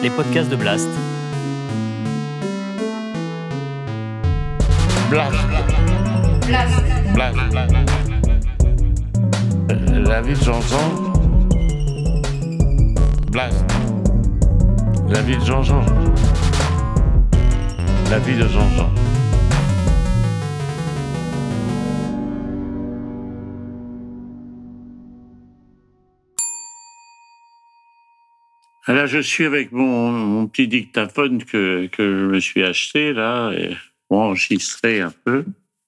les podcasts de Blast. Blast. La vie de Jean-Jean. Blast. La vie de Jean-Jean. La vie de Jean-Jean. Là, je suis avec mon petit dictaphone que je me suis acheté, là, et pour enregistrer un peu.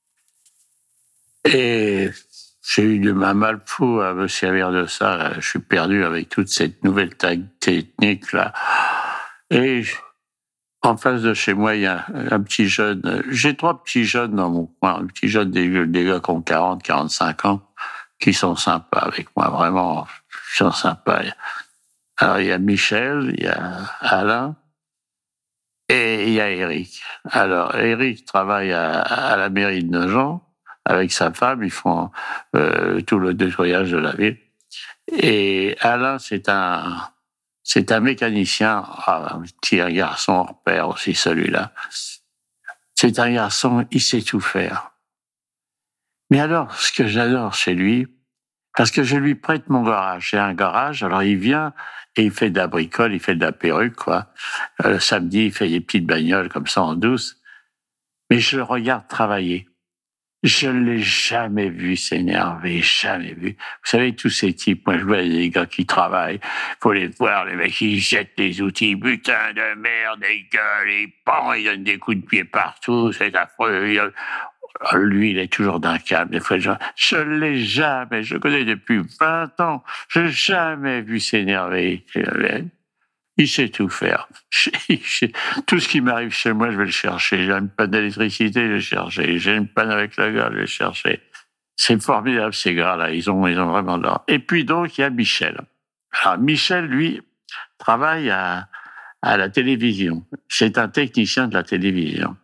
Et j'ai eu du mal fou à me servir de ça. Là. Je suis perdu avec toute cette nouvelle technique, là. Et en face de chez moi, il y a un petit jeune. J'ai 3 petits jeunes dans mon coin. Un petit jeune, des gars qui ont 40, 45 ans, qui sont sympas avec moi, vraiment. Ils sont sympas. Alors, il y a Michel, il y a Alain et il y a Eric. Alors, Eric travaille à la mairie de Nogent avec sa femme. Ils font tout le nettoyage de la ville. Et Alain, c'est un mécanicien, un petit garçon hors pair aussi, celui-là. C'est un garçon, il sait tout faire. Mais alors, ce que j'adore chez lui, parce que je lui prête mon garage. J'ai un garage, alors il vient et il fait de la bricole, il fait de la perruque, quoi. Le samedi, il fait des petites bagnoles comme ça en douce. Mais je le regarde travailler. Je ne l'ai jamais vu s'énerver, jamais vu. Vous savez, tous ces types, moi je vois des gars qui travaillent, faut les voir, les mecs, ils jettent des outils, putain de merde, ils gueulent, ils donnent des coups de pied partout, c'est affreux. Lui, il est toujours d'un calme. Des fois, je l'ai jamais, je le connais depuis 20 ans, je l'ai jamais vu s'énerver. Il sait tout faire. Tout ce qui m'arrive chez moi, je vais le chercher. J'ai une panne d'électricité, je vais le chercher. J'ai une panne avec le gars, je vais le chercher. C'est formidable, ces gars-là. Ils ont vraiment de l'art. Et puis donc, il y a Michel. Alors, Michel, lui, travaille à la télévision. C'est un technicien de la télévision.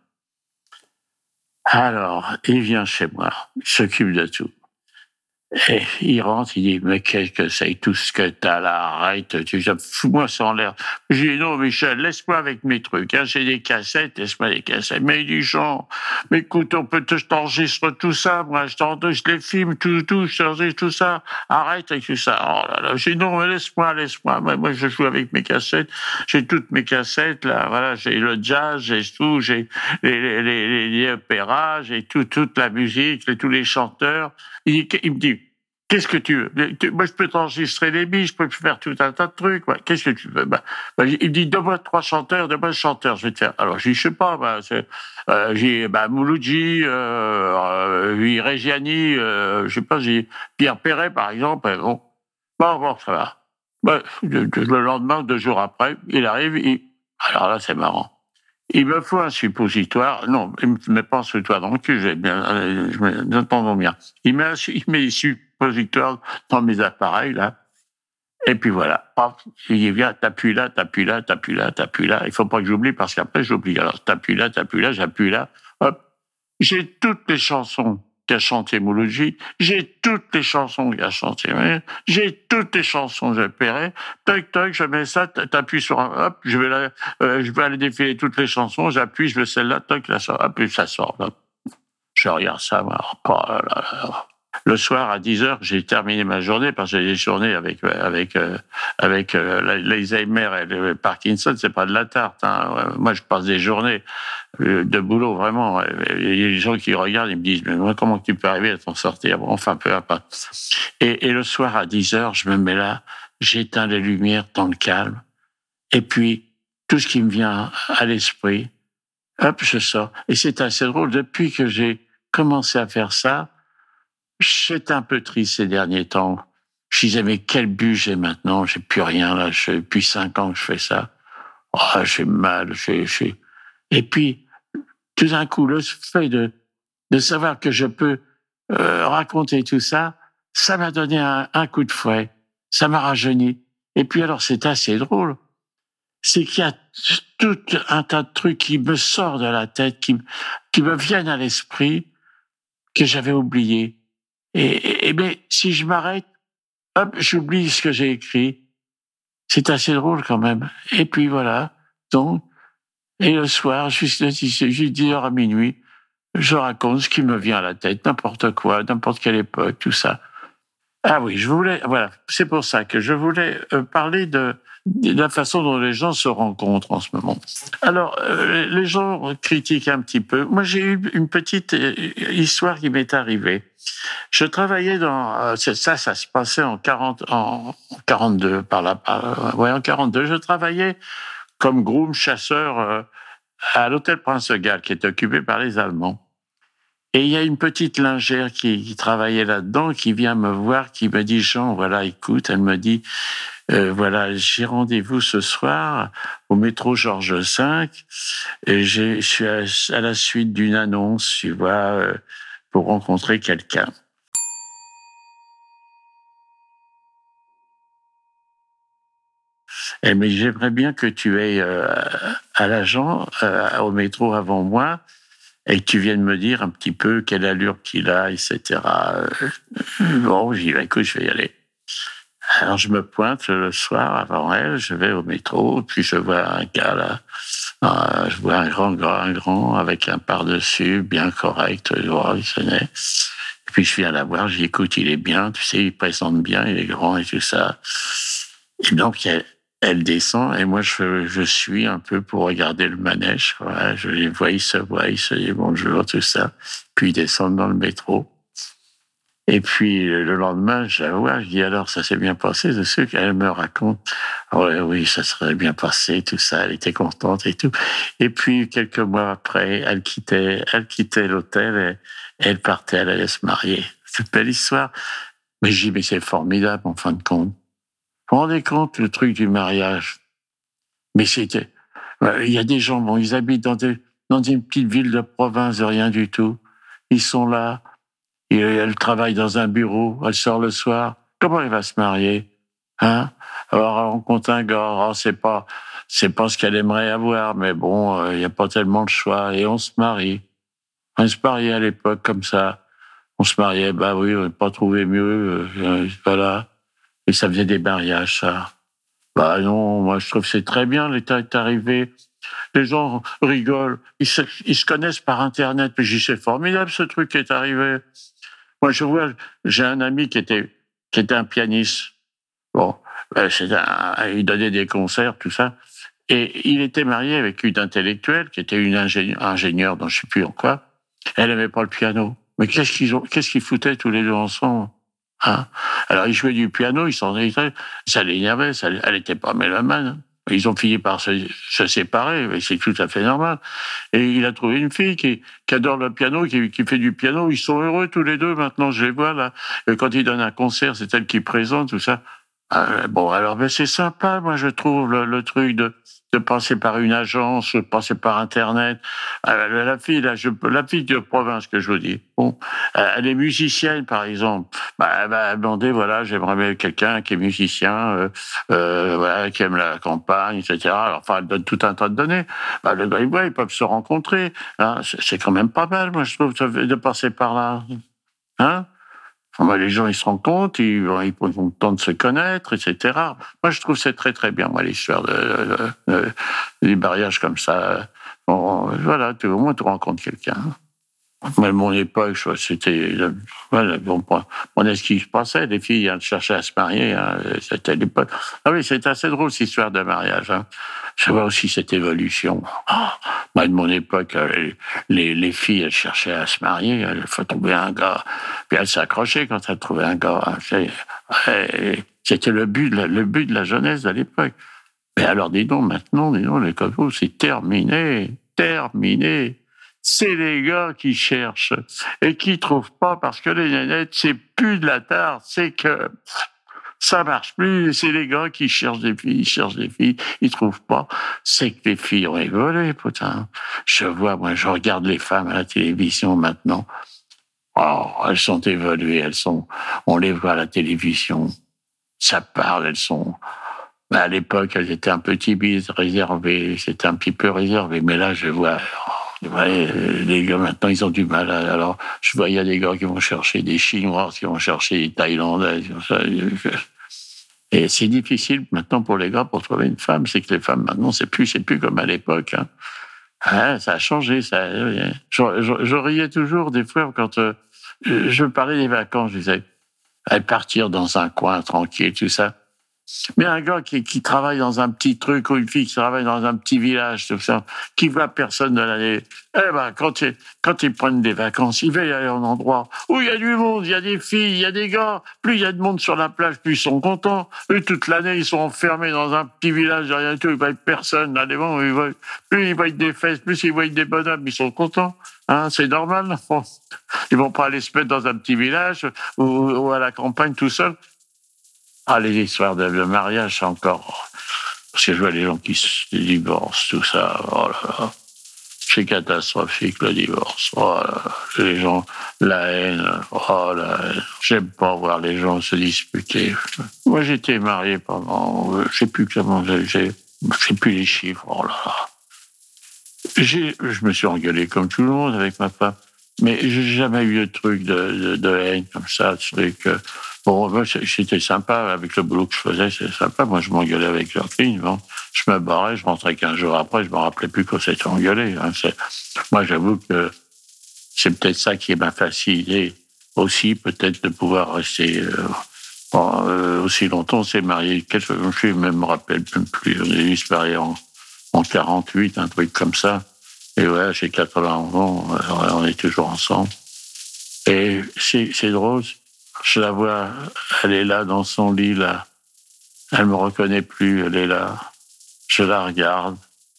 Alors, il vient chez moi, il s'occupe de tout. Et il rentre, il dit, mais qu'est-ce que c'est tout ce que t'as là, arrête, fous-moi ça en l'air. J'ai dit, non, Michel, laisse-moi avec mes trucs, hein, j'ai des cassettes, laisse-moi les cassettes. Mais il dit, Jean, mais écoute, je t'enregistre tout ça, moi, je les filme, tout, je t'enregistre tout ça, arrête avec tout ça. Oh là là, j'ai dit, non, mais laisse-moi. Moi, je joue avec mes cassettes, j'ai toutes mes cassettes, là, voilà, j'ai le jazz, j'ai tout, j'ai les opéras, j'ai toute la musique, tous les chanteurs. Il me dit, qu'est-ce que tu veux? Moi, je peux t'enregistrer les billes, je peux faire tout un tas de trucs. Ouais. Qu'est-ce que tu veux? Il me dit, donne-moi 3 chanteurs, donne-moi un chanteur, je vais te faire. Alors, je dis, je sais pas, j'ai Mouloudji, Reggiani, je sais pas, j'ai Pierre Perret, par exemple. Bon, ça va. Le lendemain, 2 jours après, il arrive, alors là, c'est marrant. Il me faut un suppositoire. Non, il me met pas un suppositoire dans le cul, j'entends bien. Il met des suppositoires dans mes appareils, là. Et puis voilà. Il vient, t'appuies là. Il faut pas que j'oublie parce qu'après, j'oublie. Alors, t'appuies là, j'appuie là. Hop. J'ai toutes les chansons qu'a chanté Mouloudji, j'ai toutes les chansons qu'a chanté, j'ai toutes les chansons de Perret, toc, je mets ça, t'appuies sur un, hop, je vais aller défiler toutes les chansons, j'appuie, je veux celle-là, toc, là, ça, hop, puis ça sort, hop. Je regarde ça, moi, oh là là. Le soir, à 10h, j'ai terminé ma journée, parce que j'ai des journées avec l'Alzheimer et le Parkinson, c'est pas de la tarte, hein. Moi, je passe des journées de boulot, vraiment. Il y a des gens qui regardent, ils me disent, mais moi, comment tu peux arriver à t'en sortir? Enfin, peu importe. Et le soir, à 10h, je me mets là, j'éteins les lumières dans le calme, et puis, tout ce qui me vient à l'esprit, hop, je sors. Et c'est assez drôle, depuis que j'ai commencé à faire ça, j'étais un peu triste ces derniers temps. Je disais, mais quel but j'ai maintenant? J'ai plus rien, là. Depuis 5 ans que je fais ça. Oh, j'ai mal, Et puis, tout d'un coup, le fait de savoir que je peux raconter tout ça, ça m'a donné un coup de fouet. Ça m'a rajeuni. Et puis alors, c'est assez drôle. C'est qu'il y a tout un tas de trucs qui me sortent de la tête, qui me viennent à l'esprit, que j'avais oublié. Et mais si je m'arrête, hop, j'oublie ce que j'ai écrit. C'est assez drôle quand même. Et puis voilà. Donc, et le soir, jusqu'à 10h à minuit, je raconte ce qui me vient à la tête, n'importe quoi, n'importe quelle époque, tout ça. Ah oui, voilà, c'est pour ça que je voulais parler de la façon dont les gens se rencontrent en ce moment. Alors, les gens critiquent un petit peu. Moi, j'ai eu une petite histoire qui m'est arrivée. Je travaillais ça se passait en 42, ouais, en 42. Je travaillais comme groom chasseur à l'hôtel Prince de Galles, qui est occupé par les Allemands. Et il y a une petite lingère qui travaillait là-dedans, qui vient me voir, qui me dit, Jean, voilà, écoute, elle me dit, voilà, j'ai rendez-vous ce soir au métro Georges V, et je suis à la suite d'une annonce, tu vois, pour rencontrer quelqu'un. Elle me dit, j'aimerais bien que tu ailles à l'agent, au métro avant moi, et que tu viennes me dire un petit peu quelle allure qu'il a, etc. Bon, j'ai dit, écoute, je vais y aller. Alors je me pointe le soir avant elle, je vais au métro, puis je vois un gars là, je vois un grand avec un par-dessus bien correct, droit, il sonnait. Et puis je viens la voir, je dis écoute, il est bien, tu sais, il présente bien, il est grand et tout ça. Et donc elle descend et moi je suis un peu pour regarder le manège. Voilà, je les vois, ils se disent bonjour, tout ça. Puis ils descendent dans le métro. Et puis le lendemain, je la vois, je dis alors ça s'est bien passé, c'est sûr qu'elle me raconte. Ouais, oui, ça serait bien passé, tout ça, elle était contente et tout. Et puis quelques mois après, elle quittait l'hôtel et elle partait, elle allait se marier. C'est une belle histoire. Mais je dis mais c'est formidable en fin de compte. Vous vous rendez compte le truc du mariage? Mais c'était, il y a des gens, bon, ils habitent dans une petite ville de province de rien du tout. Ils sont là. Et elle travaille dans un bureau, elle sort le soir. Comment elle va se marier? Hein? Alors, elle rencontre un gars, c'est pas ce qu'elle aimerait avoir, mais bon, il n'y a pas tellement de choix. Et on se marie. On se mariait à l'époque comme ça. On se mariait, bah oui, on n'a pas trouvé mieux, voilà. Et ça faisait des mariages, ça. Bah non, moi je trouve que c'est très bien, l'État est arrivé. Les gens rigolent, ils se connaissent par Internet. Mais je dis, c'est formidable ce truc qui est arrivé. Moi, j'ai un ami qui était un pianiste. Bon, il donnait des concerts, tout ça. Et il était marié avec une intellectuelle qui était une ingénieure dont je ne sais plus en quoi. Elle n'aimait pas le piano. Mais qu'est-ce qu'ils foutaient tous les deux ensemble? Hein? Alors, ils jouaient du piano, ils s'en étaient, ça l'énervait, elle n'était pas mélomane. Ils ont fini par se séparer, mais c'est tout à fait normal. Et il a trouvé une fille qui adore le piano, qui fait du piano. Ils sont heureux tous les deux. Maintenant, je les vois là. Et quand ils donnent un concert, c'est elle qui présente tout ça. Bon, alors, ben, c'est sympa, moi, je trouve, le truc de passer par une agence, de passer par Internet. La fille, là, la fille de province que je vous dis. Bon, elle est musicienne, par exemple. Bah, elle va demander, voilà, j'aimerais bien quelqu'un qui est musicien, voilà, qui aime la campagne, etc. Alors, enfin, elle donne tout un tas de données. Bah, le gars, ils peuvent se rencontrer. Hein. C'est quand même pas mal, moi, je trouve, de passer par là. Hein? Enfin, bah, les gens, ils se rencontrent, ils ont le temps de se connaître, etc. Moi, je trouve que c'est très, très bien, moi, l'histoire des mariages comme ça. Bon, voilà, au moins, tu rencontres quelqu'un. Mais à mon époque, c'était, voilà, bon, ce qui se passait, les filles, elles cherchaient à se marier, hein, c'était l'époque. Ah oui, c'est assez drôle, cette histoire de mariage, hein. Je vois aussi cette évolution. Moi, de mon époque, les filles, elles cherchaient à se marier, elles faut trouver un gars, puis elles s'accrochaient quand elles trouvaient un gars. Hein. C'était le but de la jeunesse de l'époque. Mais alors, dis donc, maintenant, les couples, c'est terminé. C'est les gars qui cherchent et qui trouvent pas parce que les nénettes, c'est plus de la tarte, c'est que ça marche plus. C'est les gars qui cherchent des filles, ils trouvent pas. C'est que les filles ont évolué, putain. Moi, je regarde les femmes à la télévision maintenant. Oh, elles sont évoluées, on les voit à la télévision. Ça parle, à l'époque, elles étaient un peu timides, réservées, c'était un petit peu réservé. Mais là, je vois, ouais, les gars, maintenant, ils ont du mal. Alors, je vois, il y a des gars qui vont chercher des Chinois, qui vont chercher des Thaïlandais. Et c'est difficile maintenant pour les gars pour trouver une femme. C'est que les femmes maintenant, c'est plus comme à l'époque. Hein. Ah, ça a changé. Je riais toujours des fois quand je parlais des vacances. Je disais, aller partir dans un coin tranquille, tout ça. Mais un gars qui travaille dans un petit truc ou une fille qui travaille dans un petit village, tout ça, qui voit personne de l'année, eh ben, quand ils prennent des vacances, ils veulent aller à un endroit où il y a du monde, il y a des filles, il y a des gars. Plus il y a de monde sur la plage, plus ils sont contents. Eux, toute l'année, ils sont enfermés dans un petit village, rien tout, ils voient personne. Là, plus ils voient des fesses, plus ils voient des bonhommes, ils sont contents. Hein, c'est normal. Bon. Ils vont pas aller se mettre dans un petit village ou à la campagne tout seul. Ah, les histoires de mariage, c'est encore... Parce que je vois les gens qui se divorcent, tout ça. Oh là là. C'est catastrophique, le divorce. Oh là là. Les gens, la haine. Oh la haine. J'aime pas voir les gens se disputer. Moi, j'étais marié pendant... Je sais plus comment... Je sais plus les chiffres. Oh là là. Je me suis engueulé comme tout le monde avec ma femme. Mais j'ai jamais eu de truc de haine comme ça, de truc... Bon, moi, c'était sympa avec le boulot que je faisais, c'est sympa. Moi, je m'engueulais avec leur fille. Bon, je me barrais, je rentrais 15 jours après, je me rappelais plus qu'on s'était engueulé. Hein. Moi, j'avoue que c'est peut-être ça qui m'a facilité aussi, peut-être de pouvoir rester aussi longtemps. On s'est marié, je ne me rappelle même plus. On est se marié en 48, un truc comme ça. Et ouais, j'ai 91 ans, on est toujours ensemble. Et c'est drôle. Je la vois, elle est là dans son lit, là. Elle me reconnaît plus, elle est là. Je la regarde.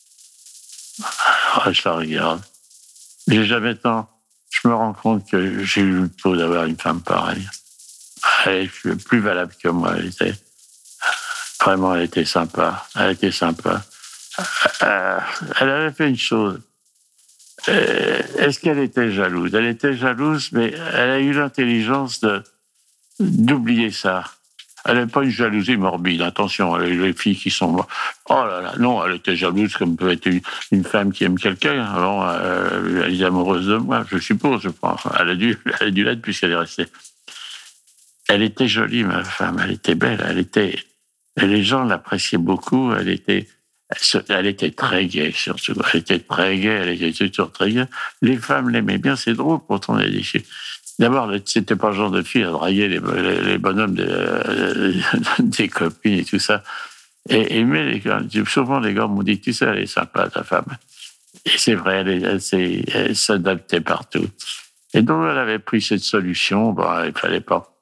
Je la regarde. J'ai jamais tant. Je me rends compte que j'ai eu le taux d'avoir une femme pareille. Elle est plus valable que moi, elle était. Vraiment, elle était sympa. Elle était sympa. Elle avait fait une chose. Est-ce qu'elle était jalouse? Elle était jalouse, mais elle a eu l'intelligence d'oublier ça. Elle n'est pas une jalousie morbide, attention, les filles qui sont... Oh là là, non, elle était jalouse comme peut être une femme qui aime quelqu'un. Alors, elle est amoureuse de moi, je suppose, je pense. Elle a dû l'être puisqu'elle est restée. Elle était jolie, ma femme, elle était belle, et les gens l'appréciaient beaucoup, elle était très gaie, surtout. Elle était très gaie, elle était toujours très gaie. Les femmes l'aimaient bien, c'est drôle, pourtant, elle dit... D'abord, c'était pas le genre de fille à draguer les bonhommes des copines et tout ça. Mais souvent, les gars m'ont dit, tu sais, elle est sympa, ta femme. Et c'est vrai, elle s'adaptait partout. Et donc, elle avait pris cette solution. Bon, il fallait pas.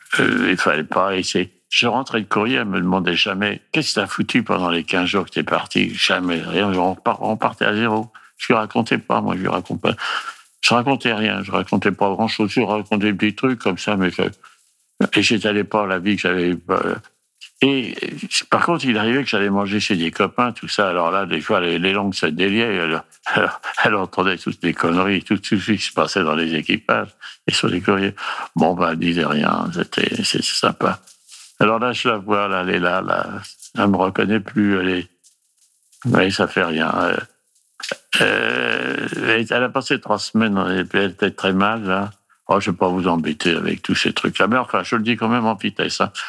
Je rentrais de courrier, elle me demandait jamais, qu'est-ce que t'as foutu pendant les 15 jours que t'es parti? Jamais, rien. On partait à zéro. Je lui racontais pas, moi, je lui raconte pas. Je racontais rien, je racontais pas grand-chose, je racontais des petits trucs comme ça, et j'étalais pas la vie que j'avais. Et par contre, il arrivait que j'allais manger chez des copains, tout ça. Alors là, des fois, les langues se déliaient. Elle entendait toutes les conneries, tout ce qui se passait dans les équipages et sur les courriers. Bon, ben, elle disait rien, c'est sympa. Alors là, je la vois, là, elle est là, elle me reconnaît plus, oui, ça fait rien. Elle a passé 3 semaines, elle était très mal, là. Oh, je vais pas vous embêter avec tous ces trucs-là, mais enfin, je le dis quand même en vitesse, hein.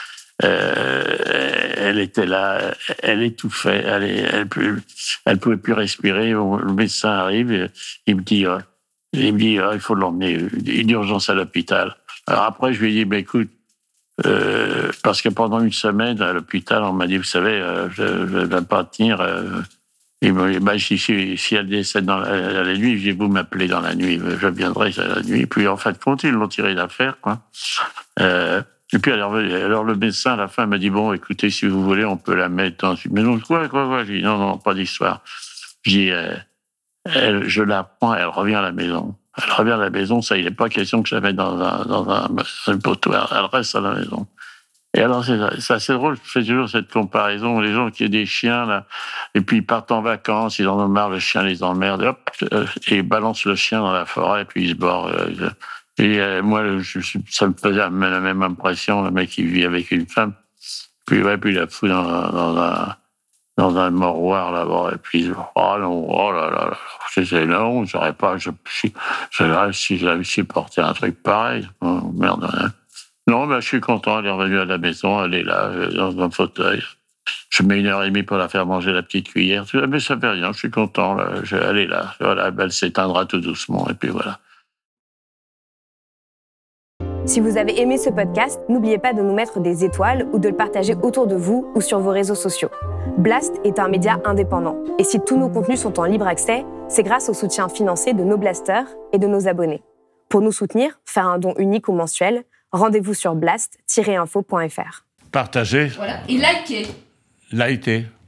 Elle était là, elle étouffait, elle pouvait plus respirer. Le médecin arrive, et il me dit, il faut l'emmener d'urgence à l'hôpital. Alors après, je lui ai dit, écoute, parce que pendant 1 semaine à l'hôpital, on m'a dit, vous savez, je ne vais pas tenir. Et si elle décède dans la nuit, vous m'appelez dans la nuit, je viendrai la nuit. Puis en fin de compte, ils l'ont tiré d'affaire, quoi. Et puis alors le médecin à la fin m'a dit, bon, écoutez, si vous voulez, on peut la mettre dans une maison. Quoi. J'ai dit non, pas d'histoire. J'ai dit, je la prends, elle revient à la maison. Elle revient à la maison, ça, il n'est pas question que je la mette dans un poteau. Elle reste à la maison. Et alors, c'est assez drôle, je fais toujours cette comparaison, les gens qui ont des chiens, là, et puis ils partent en vacances, ils en ont marre, le chien les emmerde, hop, et ils balancent le chien dans la forêt, puis ils se barrent. Moi, ça me faisait la même impression, le mec qui vit avec une femme, puis il la fout dans un moroir, là-bas, et puis, oh non, oh là là, c'est non, j'aurais pas, si j'avais supporté un truc pareil, oh, merde, hein. Non, je suis content, elle est revenue à la maison, elle est là, dans un fauteuil. Je mets 1h30 pour la faire manger la petite cuillère, mais ça fait rien, je suis content, là, elle est là. Voilà, elle s'éteindra tout doucement, et puis voilà. Si vous avez aimé ce podcast, n'oubliez pas de nous mettre des étoiles ou de le partager autour de vous ou sur vos réseaux sociaux. Blast est un média indépendant. Et si tous nos contenus sont en libre accès, c'est grâce au soutien financier de nos blasters et de nos abonnés. Pour nous soutenir, faire un don unique ou mensuel, rendez-vous sur blast-info.fr. Partagez. Voilà. Et likez. Likez.